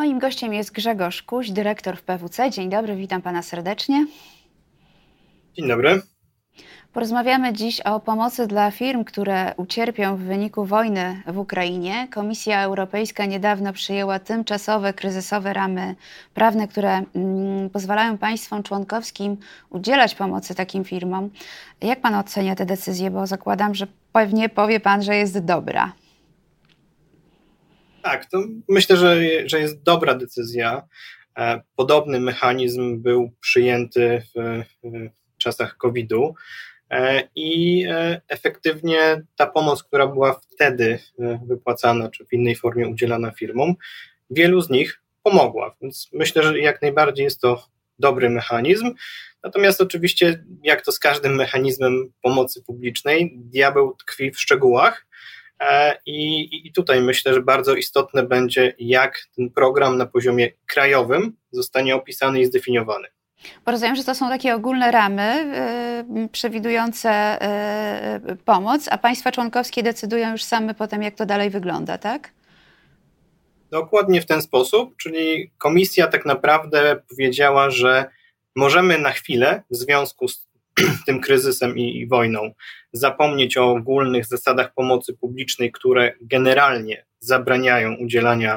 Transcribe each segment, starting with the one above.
Moim gościem jest Grzegorz Kuś, dyrektor w PwC. Dzień dobry, witam pana serdecznie. Dzień dobry. Porozmawiamy dziś o pomocy dla firm, które ucierpią w wyniku wojny w Ukrainie. Komisja Europejska niedawno przyjęła tymczasowe, kryzysowe ramy prawne, które pozwalają państwom członkowskim udzielać pomocy takim firmom. Jak pan ocenia tę decyzję? Bo zakładam, że pewnie powie pan, że jest dobra. Tak, to myślę, że jest dobra decyzja. Podobny mechanizm był przyjęty w czasach COVID-u i efektywnie ta pomoc, która była wtedy wypłacana, czy w innej formie udzielana firmom, wielu z nich pomogła. Więc myślę, że jak najbardziej jest to dobry mechanizm. Natomiast oczywiście, jak to z każdym mechanizmem pomocy publicznej, diabeł tkwi w szczegółach. I tutaj myślę, że bardzo istotne będzie, jak ten program na poziomie krajowym zostanie opisany i zdefiniowany. Bo rozumiem, że to są takie ogólne ramy przewidujące pomoc, a państwa członkowskie decydują już same potem, jak to dalej wygląda, tak? Dokładnie w ten sposób, czyli komisja tak naprawdę powiedziała, że możemy na chwilę w związku z tym kryzysem i wojną zapomnieć o ogólnych zasadach pomocy publicznej, które generalnie zabraniają udzielania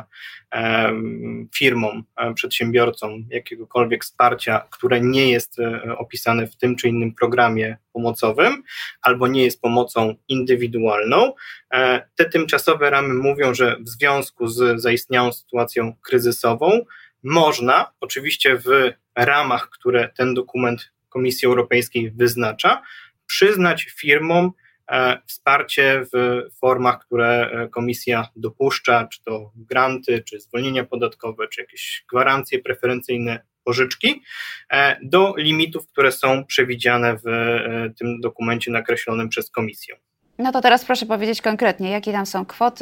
firmom, przedsiębiorcom jakiegokolwiek wsparcia, które nie jest opisane w tym czy innym programie pomocowym albo nie jest pomocą indywidualną. Te tymczasowe ramy mówią, że w związku z zaistniałą sytuacją kryzysową można, oczywiście w ramach, które ten dokument Komisji Europejskiej wyznacza, przyznać firmom wsparcie w formach, które Komisja dopuszcza, czy to granty, czy zwolnienia podatkowe, czy jakieś gwarancje preferencyjne, pożyczki, do limitów, które są przewidziane w tym dokumencie nakreślonym przez Komisję. No to teraz proszę powiedzieć konkretnie, jakie tam są kwoty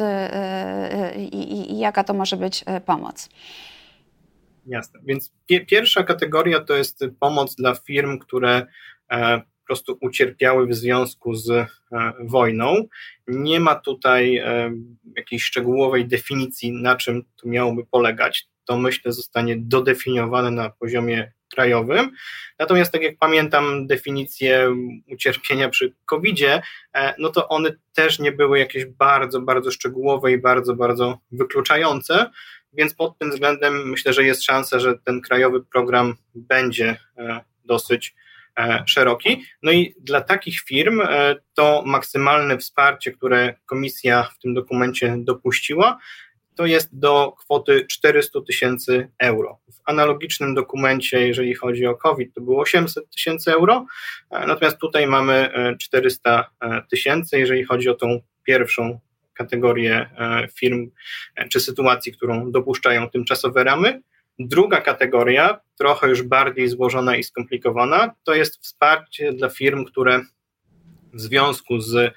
i jaka to może być pomoc. Jasne, więc pierwsza kategoria to jest pomoc dla firm, które po prostu ucierpiały w związku z wojną. Nie ma tutaj jakiejś szczegółowej definicji, na czym to miałoby polegać. To myślę zostanie dodefiniowane na poziomie krajowym. Natomiast tak jak pamiętam definicję ucierpienia przy COVID-zie, no to one też nie były jakieś bardzo, bardzo szczegółowe i bardzo, bardzo wykluczające. Więc pod tym względem myślę, że jest szansa, że ten krajowy program będzie dosyć szeroki. No i dla takich firm to maksymalne wsparcie, które Komisja w tym dokumencie dopuściła, to jest do kwoty 400 000 euro. W analogicznym dokumencie, jeżeli chodzi o COVID, to było 800 000 euro, natomiast tutaj mamy 400 000, jeżeli chodzi o tą pierwszą kategorię firm czy sytuacji, którą dopuszczają tymczasowe ramy. Druga kategoria, trochę już bardziej złożona i skomplikowana, to jest wsparcie dla firm, które w związku z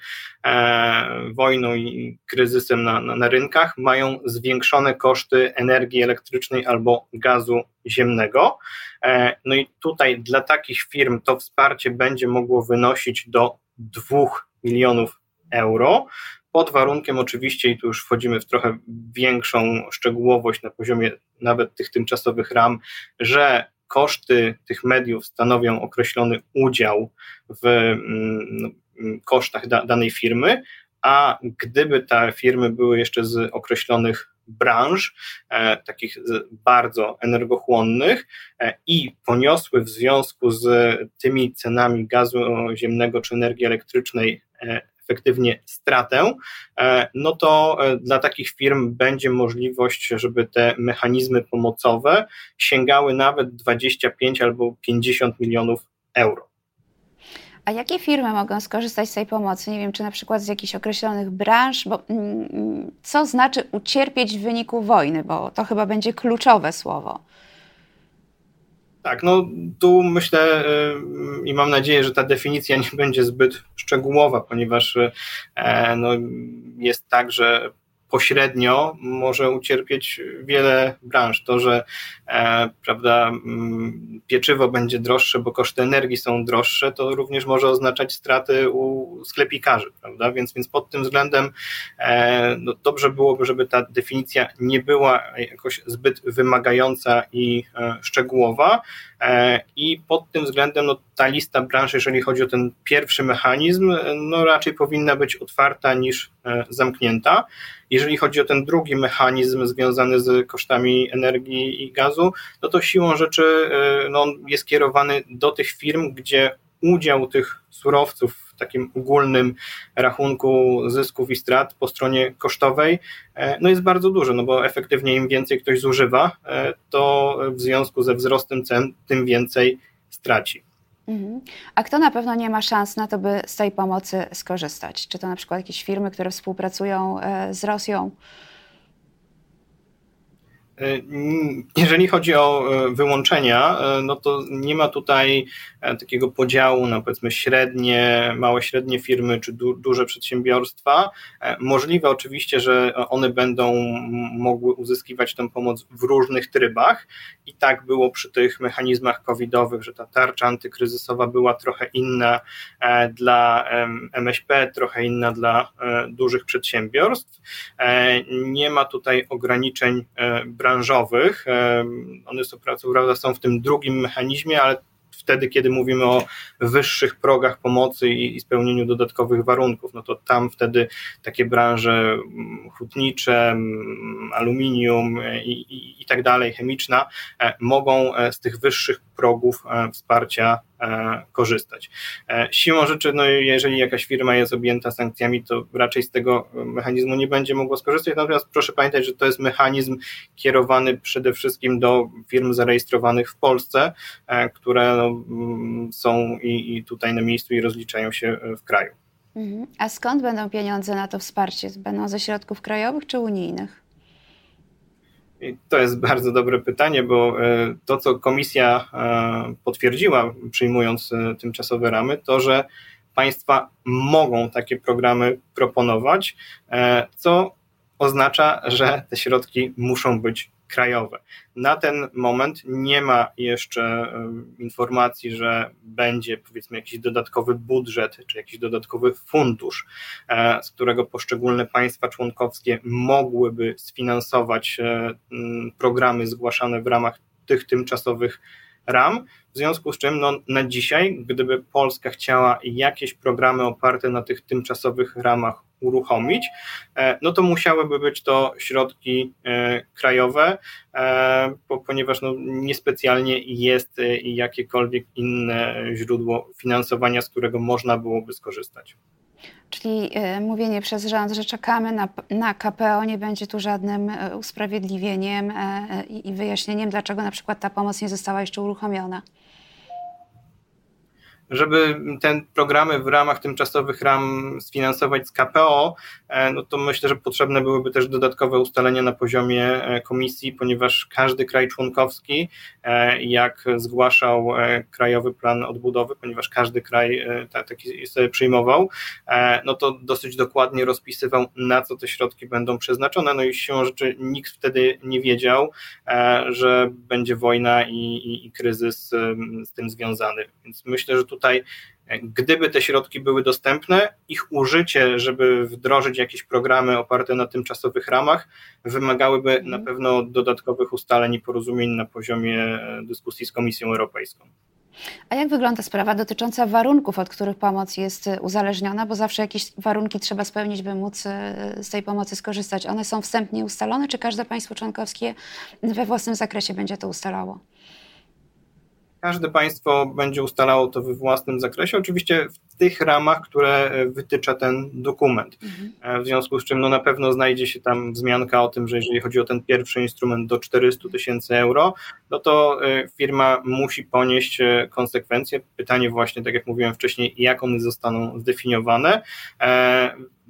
wojną i kryzysem na rynkach mają zwiększone koszty energii elektrycznej albo gazu ziemnego. No i tutaj dla takich firm to wsparcie będzie mogło wynosić do 2 milionów euro. Pod warunkiem oczywiście, i tu już wchodzimy w trochę większą szczegółowość na poziomie nawet tych tymczasowych ram, że koszty tych mediów stanowią określony udział w kosztach danej firmy, a gdyby te firmy były jeszcze z określonych branż, takich bardzo energochłonnych i poniosły w związku z tymi cenami gazu ziemnego czy energii elektrycznej efektywnie stratę, no to dla takich firm będzie możliwość, żeby te mechanizmy pomocowe sięgały nawet 25 albo 50 milionów euro. A jakie firmy mogą skorzystać z tej pomocy? Nie wiem, czy na przykład z jakichś określonych branż, bo co znaczy ucierpieć w wyniku wojny, bo to chyba będzie kluczowe słowo. Tak, no tu myślę i mam nadzieję, że ta definicja nie będzie zbyt szczegółowa, ponieważ no, jest tak, że pośrednio może ucierpieć wiele branż. To, że prawda, pieczywo będzie droższe, bo koszty energii są droższe, to również może oznaczać straty u sklepikarzy, prawda? Więc pod tym względem no, dobrze byłoby, żeby ta definicja nie była jakoś zbyt wymagająca i szczegółowa i pod tym względem no, ta lista branż, jeżeli chodzi o ten pierwszy mechanizm, no raczej powinna być otwarta niż zamknięta. Jeżeli chodzi o ten drugi mechanizm związany z kosztami energii i gazu, no to siłą rzeczy no, on jest kierowany do tych firm, gdzie udział tych surowców w takim ogólnym rachunku zysków i strat po stronie kosztowej no jest bardzo duży, no bo efektywnie im więcej ktoś zużywa, to w związku ze wzrostem cen tym więcej straci. A kto na pewno nie ma szans na to, by z tej pomocy skorzystać? Czy to na przykład jakieś firmy, które współpracują z Rosją? Jeżeli chodzi o wyłączenia, no to nie ma tutaj takiego podziału na powiedzmy małe, średnie firmy czy duże przedsiębiorstwa. Możliwe oczywiście, że one będą mogły uzyskiwać tę pomoc w różnych trybach i tak było przy tych mechanizmach covidowych, że ta tarcza antykryzysowa była trochę inna dla MŚP, trochę inna dla dużych przedsiębiorstw. Nie ma tutaj ograniczeń branżowych. One co prawda są w tym drugim mechanizmie, ale wtedy, kiedy mówimy o wyższych progach pomocy i spełnieniu dodatkowych warunków, no to tam wtedy takie branże hutnicze, aluminium i tak dalej, chemiczna, mogą z tych wyższych progów wsparcia korzystać. Siłą rzeczy, no jeżeli jakaś firma jest objęta sankcjami, to raczej z tego mechanizmu nie będzie mogła skorzystać, natomiast proszę pamiętać, że to jest mechanizm kierowany przede wszystkim do firm zarejestrowanych w Polsce, które no, są i tutaj na miejscu i rozliczają się w kraju. A skąd będą pieniądze na to wsparcie? Będą ze środków krajowych czy unijnych? I to jest bardzo dobre pytanie, bo to, co komisja potwierdziła, przyjmując tymczasowe ramy, to, że państwa mogą takie programy proponować, co oznacza, że te środki muszą być krajowe. Na ten moment nie ma jeszcze informacji, że będzie powiedzmy jakiś dodatkowy budżet czy jakiś dodatkowy fundusz, z którego poszczególne państwa członkowskie mogłyby sfinansować programy zgłaszane w ramach tych tymczasowych ram, w związku z czym no, na dzisiaj, gdyby Polska chciała jakieś programy oparte na tych tymczasowych ramach uruchomić, no to musiałyby być to środki krajowe, ponieważ no, niespecjalnie jest jakiekolwiek inne źródło finansowania, z którego można byłoby skorzystać. Czyli mówienie przez rząd, że czekamy na KPO, nie będzie tu żadnym usprawiedliwieniem i wyjaśnieniem, dlaczego na przykład ta pomoc nie została jeszcze uruchomiona. Żeby te programy w ramach tymczasowych ram sfinansować z KPO, no to myślę, że potrzebne byłyby też dodatkowe ustalenia na poziomie komisji, ponieważ każdy kraj członkowski, jak zgłaszał Krajowy Plan Odbudowy, ponieważ każdy kraj taki sobie przyjmował, no to dosyć dokładnie rozpisywał, na co te środki będą przeznaczone, no i siłą rzeczy nikt wtedy nie wiedział, że będzie wojna i kryzys z tym związany, więc myślę, że tutaj gdyby te środki były dostępne, ich użycie, żeby wdrożyć jakieś programy oparte na tymczasowych ramach, wymagałyby na pewno dodatkowych ustaleń i porozumień na poziomie dyskusji z Komisją Europejską. A jak wygląda sprawa dotycząca warunków, od których pomoc jest uzależniona, bo zawsze jakieś warunki trzeba spełnić, by móc z tej pomocy skorzystać. One są wstępnie ustalone, czy każde państwo członkowskie we własnym zakresie będzie to ustalało? Każde państwo będzie ustalało to we własnym zakresie, oczywiście w tych ramach, które wytycza ten dokument. W związku z czym no na pewno znajdzie się tam wzmianka o tym, że jeżeli chodzi o ten pierwszy instrument do 400 000 euro, no to firma musi ponieść konsekwencje. Pytanie właśnie, tak jak mówiłem wcześniej, jak one zostaną zdefiniowane.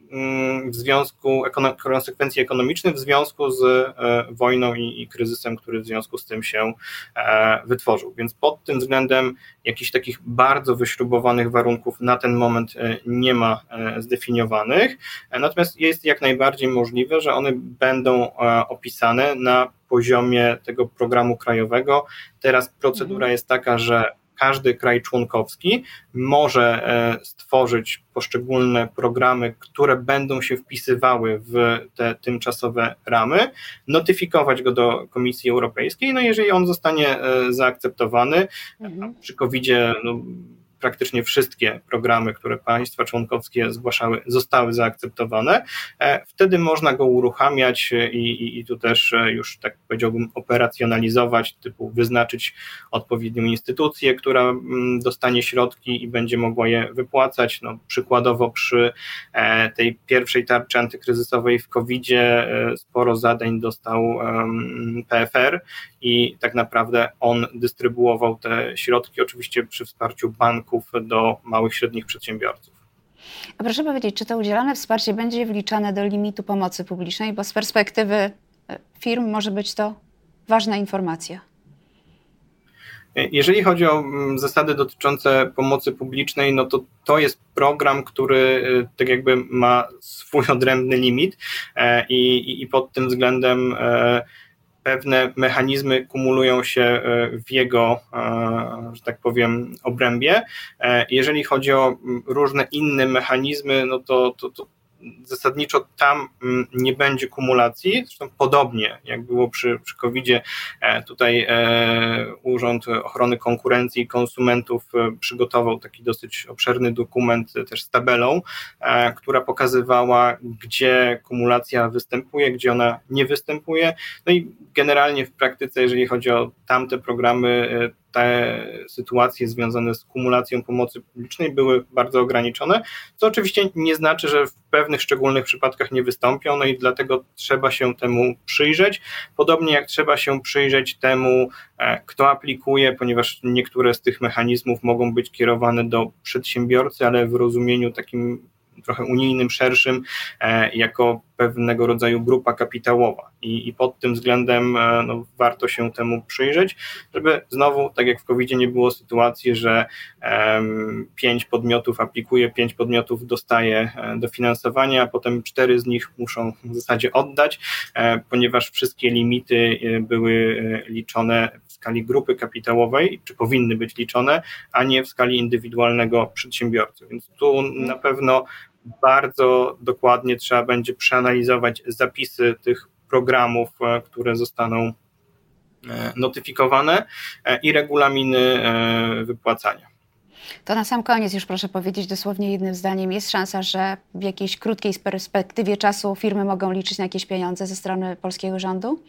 w związku, konsekwencji ekonomicznych w związku z wojną i kryzysem, który w związku z tym się wytworzył. Więc pod tym względem jakichś takich bardzo wyśrubowanych warunków na ten moment nie ma zdefiniowanych, natomiast jest jak najbardziej możliwe, że one będą opisane na poziomie tego programu krajowego. Teraz procedura jest taka, że każdy kraj członkowski może stworzyć poszczególne programy, które będą się wpisywały w te tymczasowe ramy, notyfikować go do Komisji Europejskiej, no jeżeli on zostanie zaakceptowany, przy COVID-zie praktycznie wszystkie programy, które państwa członkowskie zgłaszały, zostały zaakceptowane. Wtedy można go uruchamiać i tu też już, tak powiedziałbym, operacjonalizować, typu wyznaczyć odpowiednią instytucję, która dostanie środki i będzie mogła je wypłacać. No, przykładowo przy tej pierwszej tarczy antykryzysowej w COVID-zie sporo zadań dostał PFR i tak naprawdę on dystrybuował te środki, oczywiście przy wsparciu banków do małych, średnich przedsiębiorców. A proszę powiedzieć, czy to udzielane wsparcie będzie wliczane do limitu pomocy publicznej, bo z perspektywy firm może być to ważna informacja. Jeżeli chodzi o zasady dotyczące pomocy publicznej, no to jest program, który tak jakby ma swój odrębny limit i pod tym względem pewne mechanizmy kumulują się w jego, że tak powiem, obrębie. Jeżeli chodzi o różne inne mechanizmy, no to zasadniczo tam nie będzie kumulacji, zresztą podobnie jak było przy COVID-zie, tutaj Urząd Ochrony Konkurencji i Konsumentów przygotował taki dosyć obszerny dokument też z tabelą, która pokazywała, gdzie kumulacja występuje, gdzie ona nie występuje, no i generalnie w praktyce, jeżeli chodzi o tamte programy, te sytuacje związane z kumulacją pomocy publicznej były bardzo ograniczone, co oczywiście nie znaczy, że w pewnych szczególnych przypadkach nie wystąpią, no i dlatego trzeba się temu przyjrzeć, podobnie jak trzeba się przyjrzeć temu, kto aplikuje, ponieważ niektóre z tych mechanizmów mogą być kierowane do przedsiębiorcy, ale w rozumieniu takim trochę unijnym, szerszym, jako pewnego rodzaju grupa kapitałowa i pod tym względem warto się temu przyjrzeć, żeby znowu, tak jak w COVID-zie, nie było sytuacji, że 5 podmiotów aplikuje, 5 podmiotów dostaje dofinansowanie, a potem 4 z nich muszą w zasadzie oddać, ponieważ wszystkie limity były liczone w skali grupy kapitałowej, czy powinny być liczone, a nie w skali indywidualnego przedsiębiorcy. Więc tu na pewno bardzo dokładnie trzeba będzie przeanalizować zapisy tych programów, które zostaną notyfikowane i regulaminy wypłacania. To na sam koniec już proszę powiedzieć dosłownie jednym zdaniem, jest szansa, że w jakiejś krótkiej perspektywie czasu firmy mogą liczyć na jakieś pieniądze ze strony polskiego rządu?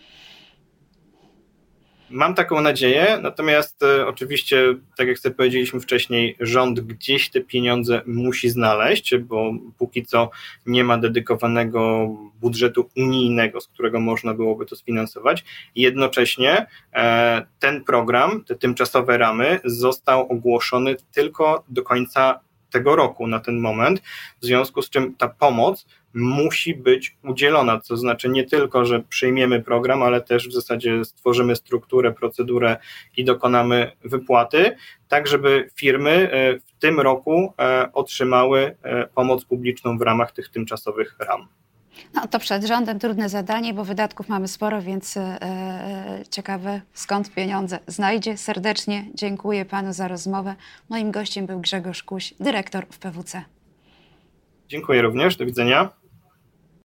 Mam taką nadzieję, natomiast oczywiście, tak jak sobie powiedzieliśmy wcześniej, rząd gdzieś te pieniądze musi znaleźć, bo póki co nie ma dedykowanego budżetu unijnego, z którego można byłoby to sfinansować. Jednocześnie ten program, te tymczasowe ramy został ogłoszony tylko do końca tego roku na ten moment, w związku z czym ta pomoc musi być udzielona, to znaczy nie tylko, że przyjmiemy program, ale też w zasadzie stworzymy strukturę, procedurę i dokonamy wypłaty, tak żeby firmy w tym roku otrzymały pomoc publiczną w ramach tych tymczasowych ram. No to przed rządem trudne zadanie, bo wydatków mamy sporo, więc ciekawe, skąd pieniądze znajdzie. Serdecznie dziękuję panu za rozmowę. Moim gościem był Grzegorz Kuś, dyrektor w PwC. Dziękuję również, do widzenia.